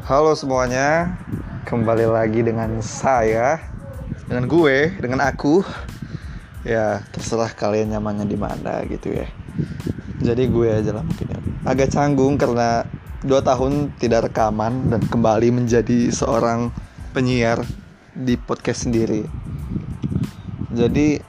Halo semuanya, kembali lagi dengan saya, dengan gue, dengan aku. Ya terserah kalian nyamannya di mana gitu ya. Jadi gue aja lah mungkin ya. Agak canggung karena 2 tahun tidak rekaman dan kembali menjadi seorang penyiar di podcast sendiri. Jadi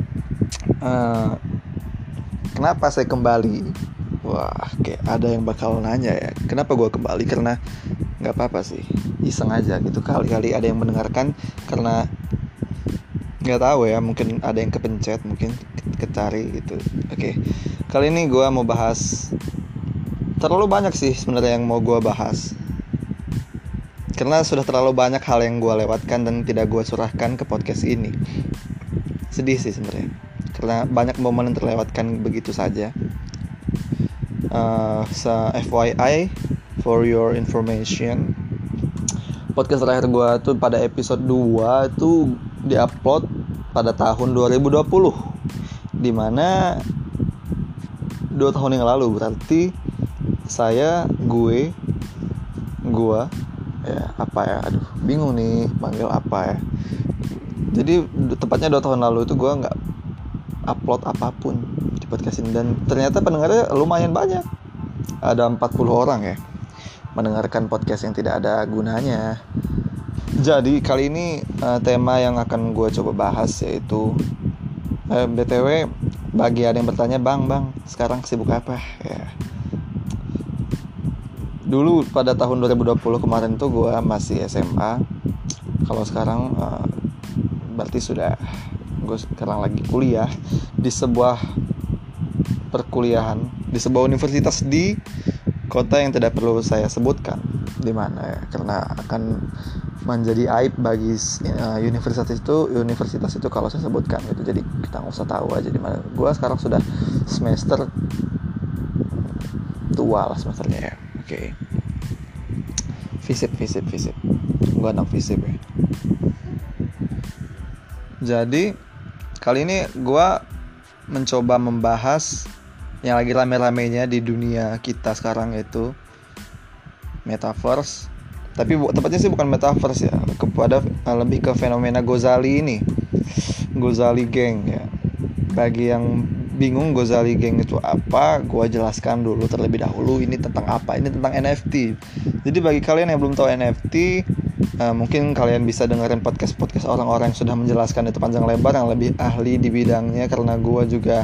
kenapa saya kembali? Wah, kayak ada yang bakal nanya ya, kenapa gue kembali? Karena nggak apa-apa sih, iseng aja gitu. Kali-kali ada yang mendengarkan karena nggak tahu ya, mungkin ada yang kepencet, mungkin kecari gitu. Oke, kali ini gue mau bahas, terlalu banyak sih sebenarnya yang mau gue bahas, karena sudah terlalu banyak hal yang gue lewatkan dan tidak gue curahkan ke podcast ini. Sedih sih sebenarnya, karena banyak momen yang terlewatkan begitu saja. FYI, for your information, podcast terakhir gue tuh pada episode 2 itu diupload pada tahun 2020, dimana 2 tahun yang lalu. Berarti gue ya apa ya, aduh bingung nih panggil apa ya. Jadi tepatnya 2 tahun lalu itu gue gak upload apapun di podcast ini, dan ternyata pendengarnya lumayan banyak. Ada 40 orang ya mendengarkan podcast yang tidak ada gunanya. Jadi kali ini tema yang akan gue coba bahas yaitu BTW, bagi ada yang bertanya, Bang sekarang sibuk apa ya? Dulu pada tahun 2020 kemarin tuh gue masih SMA. Kalau sekarang berarti gue sekarang lagi kuliah di sebuah perkuliahan, di sebuah universitas di kota yang tidak perlu saya sebutkan di mana ya, karena akan menjadi aib bagi universitas itu kalau saya sebutkan gitu. Jadi kita nggak usah tahu aja di mana. Gue sekarang sudah semester tua lah semesternya ya. Oke. Visip. Gue anak visip ya. Jadi kali ini gue mencoba membahas yang lagi rame-ramenya di dunia kita sekarang, itu metaverse. Tapi tepatnya sih bukan metaverse ya, lebih ke fenomena Gozali ini, Gozali Gang ya. Bagi yang bingung Gozali Gang itu apa, gue jelaskan dulu terlebih dahulu. Ini tentang apa? Ini tentang NFT. Jadi bagi kalian yang belum tahu NFT, mungkin kalian bisa dengerin podcast orang-orang yang sudah menjelaskan itu panjang lebar, yang lebih ahli di bidangnya. Karena gue juga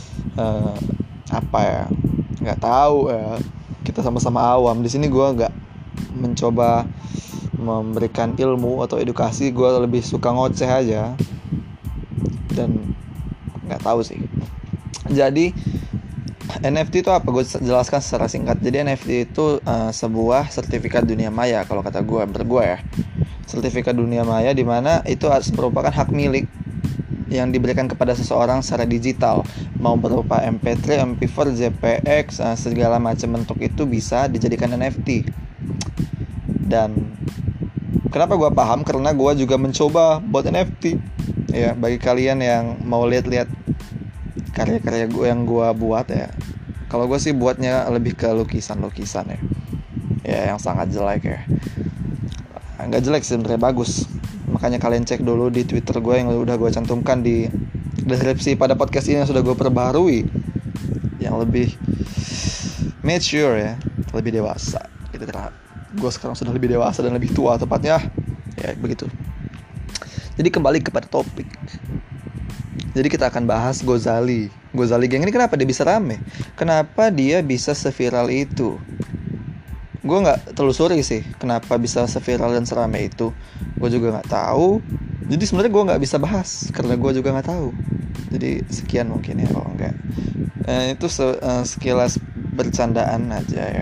nggak tahu ya, kita sama-sama awam di sini. Gue nggak mencoba memberikan ilmu atau edukasi, gue lebih suka ngoceh aja dan nggak tahu sih. Jadi NFT itu apa? Gue jelaskan secara singkat. Jadi NFT itu sebuah sertifikat dunia maya kalau kata gue, ya. Sertifikat dunia maya di mana itu merupakan hak milik yang diberikan kepada seseorang secara digital, mau berupa MP3, MP4, JPX, segala macam bentuk itu bisa dijadikan NFT. Dan kenapa gue paham? Karena gue juga mencoba buat NFT. Ya, bagi kalian yang mau lihat-lihat karya-karya gue yang gue buat ya. Kalau gue sih buatnya lebih ke lukisan ya. Ya yang sangat jelek ya. Nggak jelek sebenarnya, bagus. Makanya kalian cek dulu di Twitter gue yang udah gue cantumkan di deskripsi pada podcast ini, yang sudah gue perbaharui, yang lebih mature ya, lebih dewasa gitu. Karena gue sekarang sudah lebih dewasa dan lebih tua tepatnya ya, begitu. Jadi kembali kepada topik. Jadi kita akan bahas Gozali Gang ini. Kenapa dia bisa rame? Kenapa dia bisa seviral itu? Gue gak telusuri sih kenapa bisa seviral dan serame itu. Gue juga gak tahu. Jadi sebenarnya gue gak bisa bahas karena gue juga gak tahu. Jadi sekian mungkin ya, kalau enggak itu sekilas bercandaan aja ya,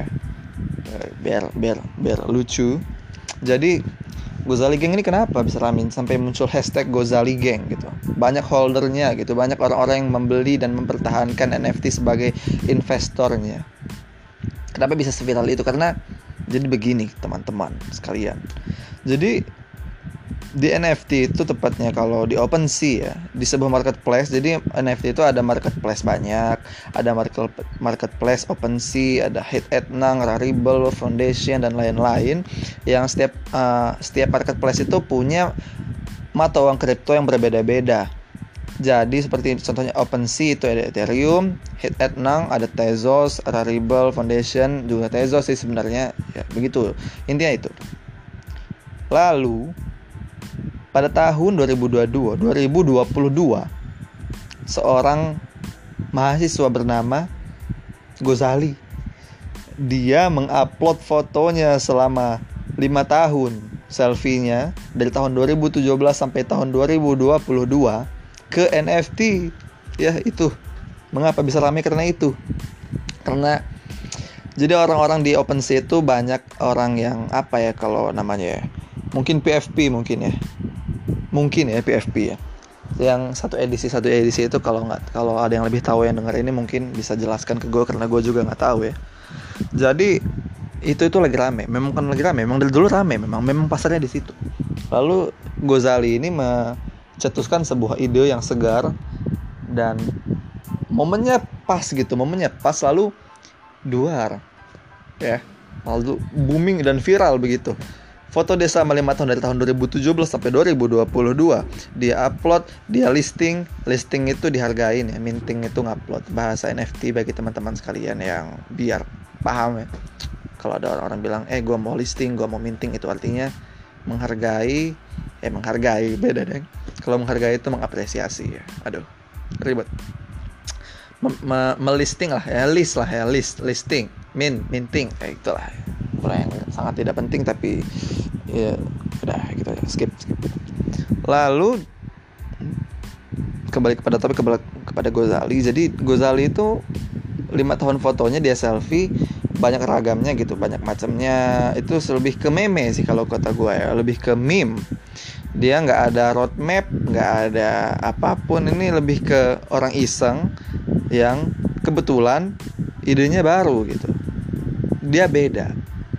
biar lucu. Jadi Gozali Gang ini kenapa bisa rame sampai muncul hashtag Gozali Gang gitu. Banyak holdernya gitu, banyak orang-orang yang membeli dan mempertahankan NFT sebagai investornya. Kenapa bisa seviral itu? Karena jadi begini teman-teman sekalian. Jadi di NFT itu tepatnya kalau di OpenSea ya, di sebuah marketplace. Jadi NFT itu ada marketplace banyak, ada marketplace OpenSea, ada Hit8nang, Rarible, Foundation dan lain-lain, yang setiap marketplace itu punya mata uang kripto yang berbeda-beda. Jadi seperti contohnya OpenSea itu ada Ethereum, Hit8nang ada Tezos, Rarible, Foundation juga Tezos sih sebenarnya, ya begitu intinya itu. Lalu pada tahun 2022 seorang mahasiswa bernama Gozali, dia mengupload fotonya selama 5 tahun, selfie-nya dari tahun 2017 sampai tahun 2022 ke NFT. Ya itu mengapa bisa ramai, karena itu. Karena jadi orang-orang di OpenSea itu banyak orang yang apa ya kalau namanya ya, mungkin PFP mungkin ya PFP ya, yang satu edisi itu. Kalau ada yang lebih tahu yang dengar ini mungkin bisa jelaskan ke gue, karena gue juga nggak tahu ya. Jadi itu lagi rame, memang kan lagi rame, memang dari dulu rame, memang pasarnya di situ. Lalu Gozali ini mencetuskan sebuah ide yang segar dan momennya pas lalu duar ya, lalu booming dan viral begitu. Foto dia selama 5 tahun dari tahun 2017 sampai 2022 dia upload, dia listing itu dihargain ya, minting itu ngupload, bahasa NFT bagi teman-teman sekalian yang biar paham ya. Kalau ada orang-orang bilang gue mau listing, gue mau minting, itu artinya menghargai beda deh. Kalau menghargai itu mengapresiasi ya. Aduh ribet. Melisting lah ya, listing, minting kayak itulah ya. Yang sangat tidak penting tapi ya udah gitu ya, skip. Lalu kembali kepada topik, kepada Gozali. Jadi Gozali itu 5 tahun fotonya dia selfie, banyak ragamnya gitu, banyak macamnya. Itu lebih ke meme sih kalau kata gue ya, lebih ke meme. Dia nggak ada roadmap, nggak ada apapun. Ini lebih ke orang iseng yang kebetulan idenya baru gitu. Dia beda.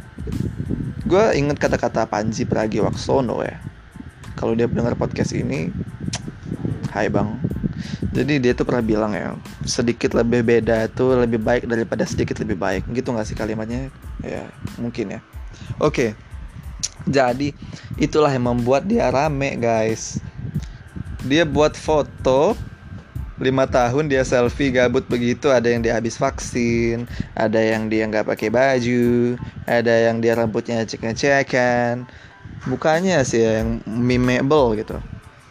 Gue inget kata-kata Panji Pragiwaksono ya. Kalau dia mendengar podcast ini, hai bang. Jadi dia tuh pernah bilang ya, sedikit lebih beda itu lebih baik daripada sedikit lebih baik. Gitu gak sih kalimatnya? Ya mungkin ya. Oke. Jadi itulah yang membuat dia rame guys. Dia buat foto 5 tahun dia selfie gabut begitu. Ada yang dia habis vaksin, ada yang dia gak pakai baju, ada yang dia rambutnya cek-cekan, mukanya sih yang memeable gitu.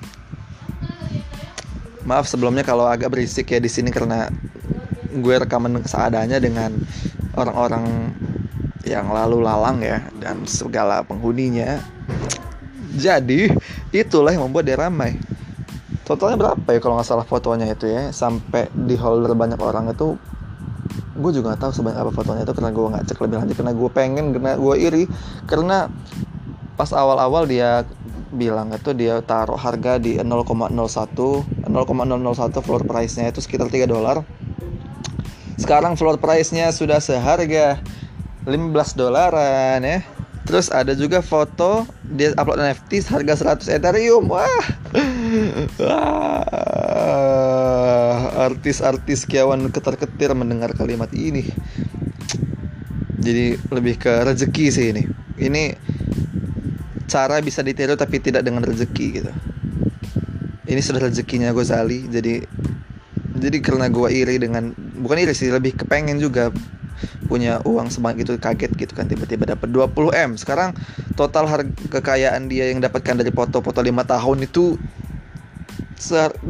Maaf sebelumnya kalau agak berisik ya di sini, karena gue rekaman seadanya dengan orang-orang yang lalu lalang ya, dan segala penghuninya. Jadi itulah yang membuat dia ramai. Totalnya berapa ya kalau nggak salah fotonya itu ya, sampai di holder banyak orang itu. Gue juga nggak tahu sebanyak apa fotonya itu, karena gue nggak cek lebih lanjut, karena gue pengen, karena gue iri. Karena pas awal-awal dia bilang itu dia taruh harga di 0,01 floor price-nya itu sekitar $3. Sekarang floor price-nya sudah seharga $15 ya. Terus ada juga foto dia upload NFT harga 100 Ethereum. Wah. Artis-artis kiawan ketar-ketir mendengar kalimat ini. Jadi lebih ke rezeki sih ini. Ini cara bisa ditiru tapi tidak dengan rezeki gitu. Ini sudah rezekinya Gozali. Jadi karena gue iri dengan, bukan iri sih, lebih kepengen juga punya uang sebanyak itu. Kaget gitu kan, tiba-tiba dapat 20M. Sekarang total harga kekayaan dia yang dapatkan dari foto-foto 5 tahun itu 20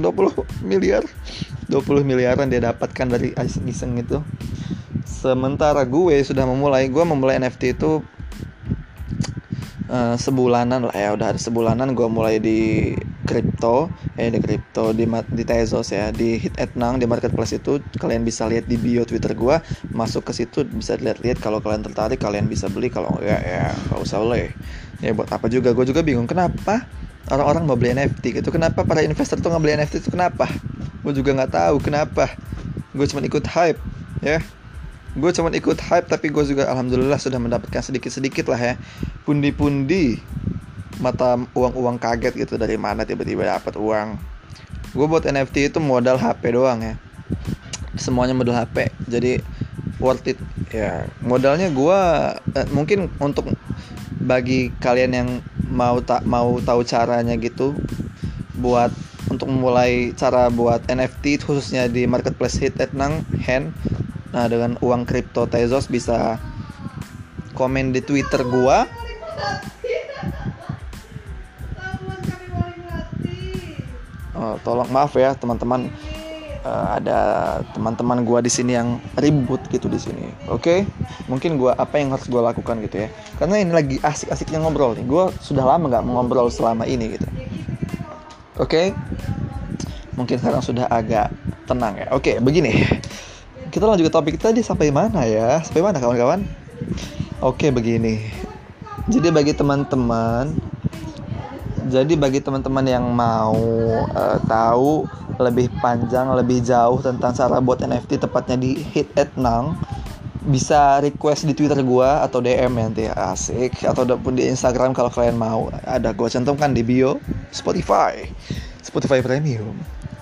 miliaran dia dapatkan dari iseng itu. Sementara gue memulai NFT itu sebulanan lah ya, udah ada sebulanan gue mulai di kripto di Tezos ya, di Hit8nang, di marketplace itu. Kalian bisa lihat di bio Twitter gue, masuk ke situ bisa lihat kalau kalian tertarik kalian bisa beli, kalau enggak ya nggak usah beli ya. Buat apa juga, gue juga bingung kenapa orang-orang mau beli NFT gitu, kenapa para investor tuh nggak beli NFT itu, kenapa? Gue juga nggak tahu kenapa. Gue cuma ikut hype ya. Tapi gue juga alhamdulillah sudah mendapatkan sedikit-sedikit lah ya, pundi-pundi mata uang kaget gitu, dari mana tiba-tiba dapat uang. Gue buat NFT itu modal HP doang ya, semuanya modal HP, jadi worth it ya. Modalnya gue mungkin untuk bagi kalian yang mau tahu caranya gitu, buat untuk memulai cara buat NFT khususnya di marketplace Hit@Nang Hand, nah dengan uang kripto Tezos, bisa komen di Twitter gua. Tolong maaf ya teman-teman, ada teman-teman gua di sini yang ribut gitu di sini. Oke? Mungkin gua apa yang harus gua lakukan gitu ya. Karena ini lagi asik-asiknya ngobrol nih. Gua sudah lama enggak ngobrol selama ini gitu. Oke? Mungkin sekarang sudah agak tenang ya. Oke, begini. Kita lanjut ke topik tadi, sampai mana ya? Sampai mana kawan-kawan? Oke, begini. Jadi bagi teman-teman yang mau tahu lebih panjang, lebih jauh tentang cara buat NFT, tepatnya di Hit@Nang, bisa request di Twitter gua atau DM nanti ya, asik, ataupun di Instagram kalau kalian mau. Ada gua cantumkan di bio Spotify Premium.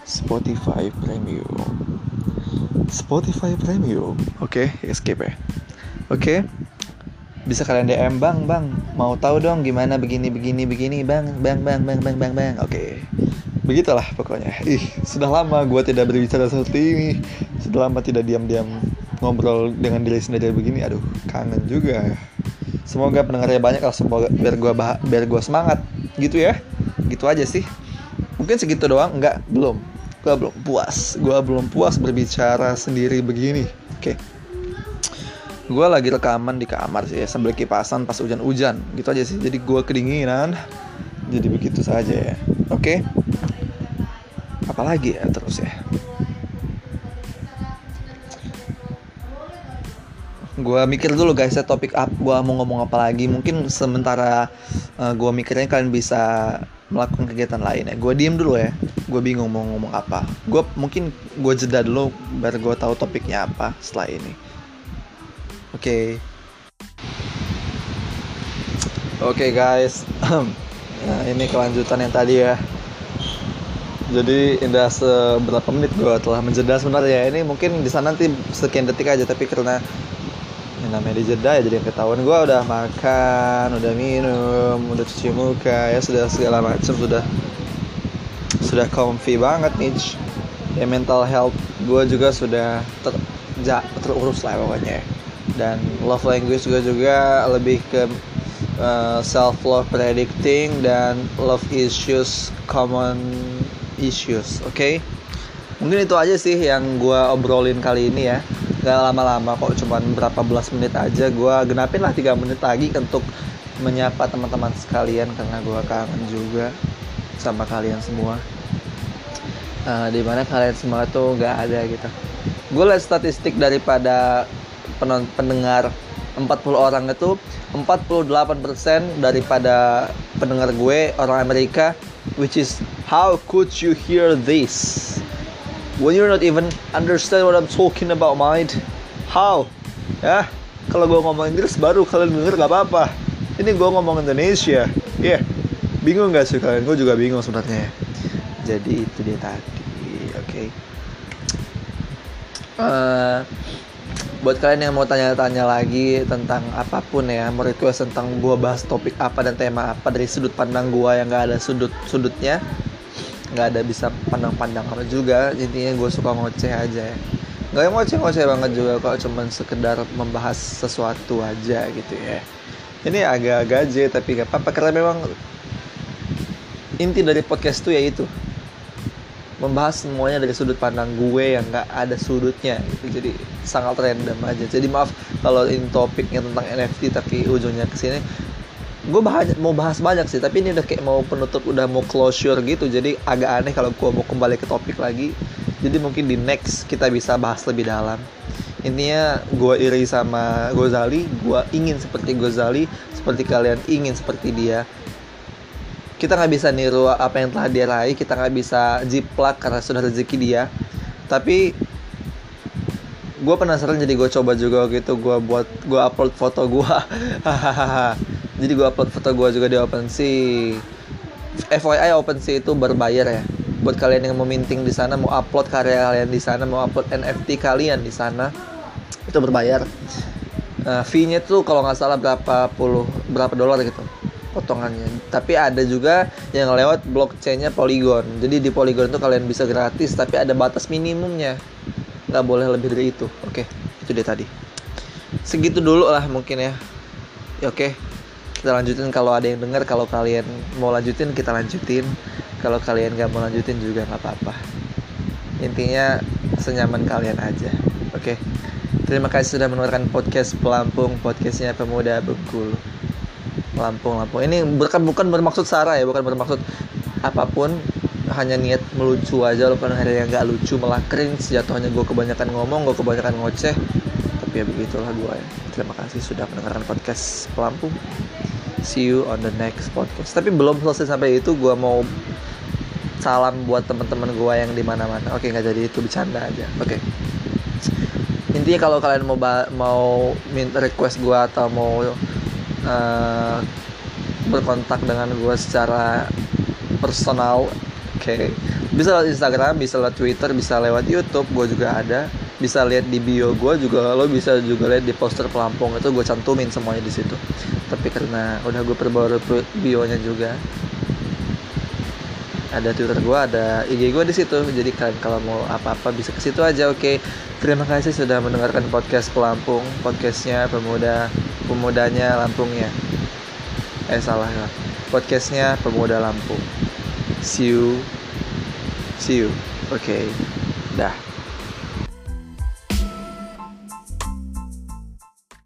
Oke, skip ya. Oke. Bisa kalian DM, bang, mau tahu dong gimana begini, bang. Oke. Begitulah pokoknya. Sudah lama gue tidak berbicara seperti ini. Sudah lama tidak diam-diam ngobrol dengan diri sendiri begini. Aduh, kangen juga. Semoga pendengarnya banyak, semoga biar gue semangat gitu ya. Gitu aja sih. Mungkin segitu doang. Belum. Gue belum puas berbicara sendiri begini. Oke. Gue lagi rekaman di kamar sih ya, sambil kipasan pas hujan-hujan gitu aja sih. Jadi gue kedinginan. Jadi begitu saja ya. Oke. Apalagi ya terus ya. Gue mikir dulu guys ya, topik up gue mau ngomong apa lagi. Mungkin sementara gue mikirnya kalian bisa melakukan kegiatan lain ya. Gue diem dulu ya. Gue bingung mau ngomong apa. Mungkin gue jeda dulu biar gue tahu topiknya apa setelah ini. Oke guys. Nah, ini kelanjutan yang tadi ya. Jadi udah seberapa menit gue telah menjeda sebenarnya. Ini mungkin di sana nanti sekian detik aja, tapi karena yang namanya dijeda ya jadi ketahuan. Gue udah makan, udah minum, udah cuci muka ya, sudah segala macam, sudah comfy banget nih. Ya, mental health gue juga sudah terurus lah pokoknya. Dan love language juga lebih ke self love predicting dan love issues, common issues. Oke? Mungkin itu aja sih yang gue obrolin kali ini ya. Gak lama-lama kok, cuman berapa belas menit aja. Gue genapin lah 3 menit lagi untuk menyapa teman-teman sekalian, karena gue kangen juga sama kalian semua. Dimana kalian semua tuh gak ada gitu. Gue liat statistik daripada pendengar 40 orang itu, 48% daripada pendengar gue orang Amerika, which is how could you hear this when you're not even understand what I'm talking about, mind? How? Ya, kalau gue ngomong Inggris baru kalian denger gak apa-apa. Ini gue ngomong Indonesia. Bingung gak sih kalian? Gue juga bingung sebenarnya. Jadi itu dia tadi. Oke. Buat kalian yang mau tanya-tanya lagi tentang apapun ya, mau request tentang gue bahas topik apa dan tema apa dari sudut pandang gue yang gak ada sudut-sudutnya, gak ada bisa pandang-pandang apa juga. Intinya gue suka ngoceh aja ya. Gak yang ngoceh-ngoceh banget juga kok, cuman sekedar membahas sesuatu aja gitu ya. Ini agak gaje tapi gak apa-apa, karena memang inti dari podcast tuh yaitu membahas semuanya dari sudut pandang gue yang gak ada sudutnya gitu. Jadi sangat random aja. Jadi maaf kalau ini topiknya tentang NFT tapi ujungnya kesini. Gue mau bahas banyak sih, tapi ini udah kayak mau penutup, udah mau closure gitu. Jadi agak aneh kalau gue mau kembali ke topik lagi. Jadi mungkin di next kita bisa bahas lebih dalam. Intinya gue iri sama Ghazali. Gue ingin seperti Ghazali, seperti kalian ingin seperti dia. Kita gak bisa niru apa yang telah dia raih. Kita gak bisa jiplak karena sudah rezeki dia. Tapi gue penasaran, jadi gue coba juga gitu. Gue upload foto gue Jadi gue upload foto gue juga di OpenSea. FYI, OpenSea itu berbayar ya. Buat kalian yang mau minting di sana, mau upload karya kalian di sana, mau upload NFT kalian di sana, itu berbayar. Fee-nya tuh kalau nggak salah berapa dolar gitu potongannya. Tapi ada juga yang lewat blockchain-nya Polygon. Jadi di Polygon tuh kalian bisa gratis, tapi ada batas minimumnya, nggak boleh lebih dari itu. Oke, itu dia tadi. Segitu dulu lah mungkin ya. Oke, kita lanjutin kalau ada yang dengar. Kalau kalian mau lanjutin, kita lanjutin. Kalau kalian nggak mau lanjutin juga nggak apa-apa. Intinya senyaman kalian aja. Oke. Terima kasih sudah mendengarkan podcast Pelampung, podcastnya Pemuda Bengkulu. Lampung. Ini bukan bermaksud sara ya, bukan bermaksud apapun, hanya niat melucu aja. Walaupun hari yang nggak lucu, malah cringe jatuhnya. Gue kebanyakan ngomong, gue kebanyakan ngoceh. Tapi ya begitulah gue ya. Terima kasih sudah mendengarkan podcast Pelampung. See you on the next podcast. Tapi belum selesai sampai itu, gue mau salam buat teman-teman gue yang di mana-mana. Oke, nggak jadi, itu bercanda aja. Oke. Intinya kalau kalian mau minta request gue atau mau berkontak dengan gue secara personal, oke, bisa lewat Instagram, bisa lewat Twitter, bisa lewat YouTube. Gue juga ada, bisa lihat di bio gue juga. Lo bisa juga lihat di poster Pelampung, itu gue cantumin semuanya di situ. Tapi karena udah gue perbarui bionya juga, ada Twitter gue, ada IG gue di situ. Jadi kalian kalau mau apa-apa bisa ke situ aja. Oke. Terima kasih sudah mendengarkan podcast Pelampung, podcastnya pemudanya Lampungnya. Salah. Podcastnya Pemuda Lampung. See you. Oke. Dah.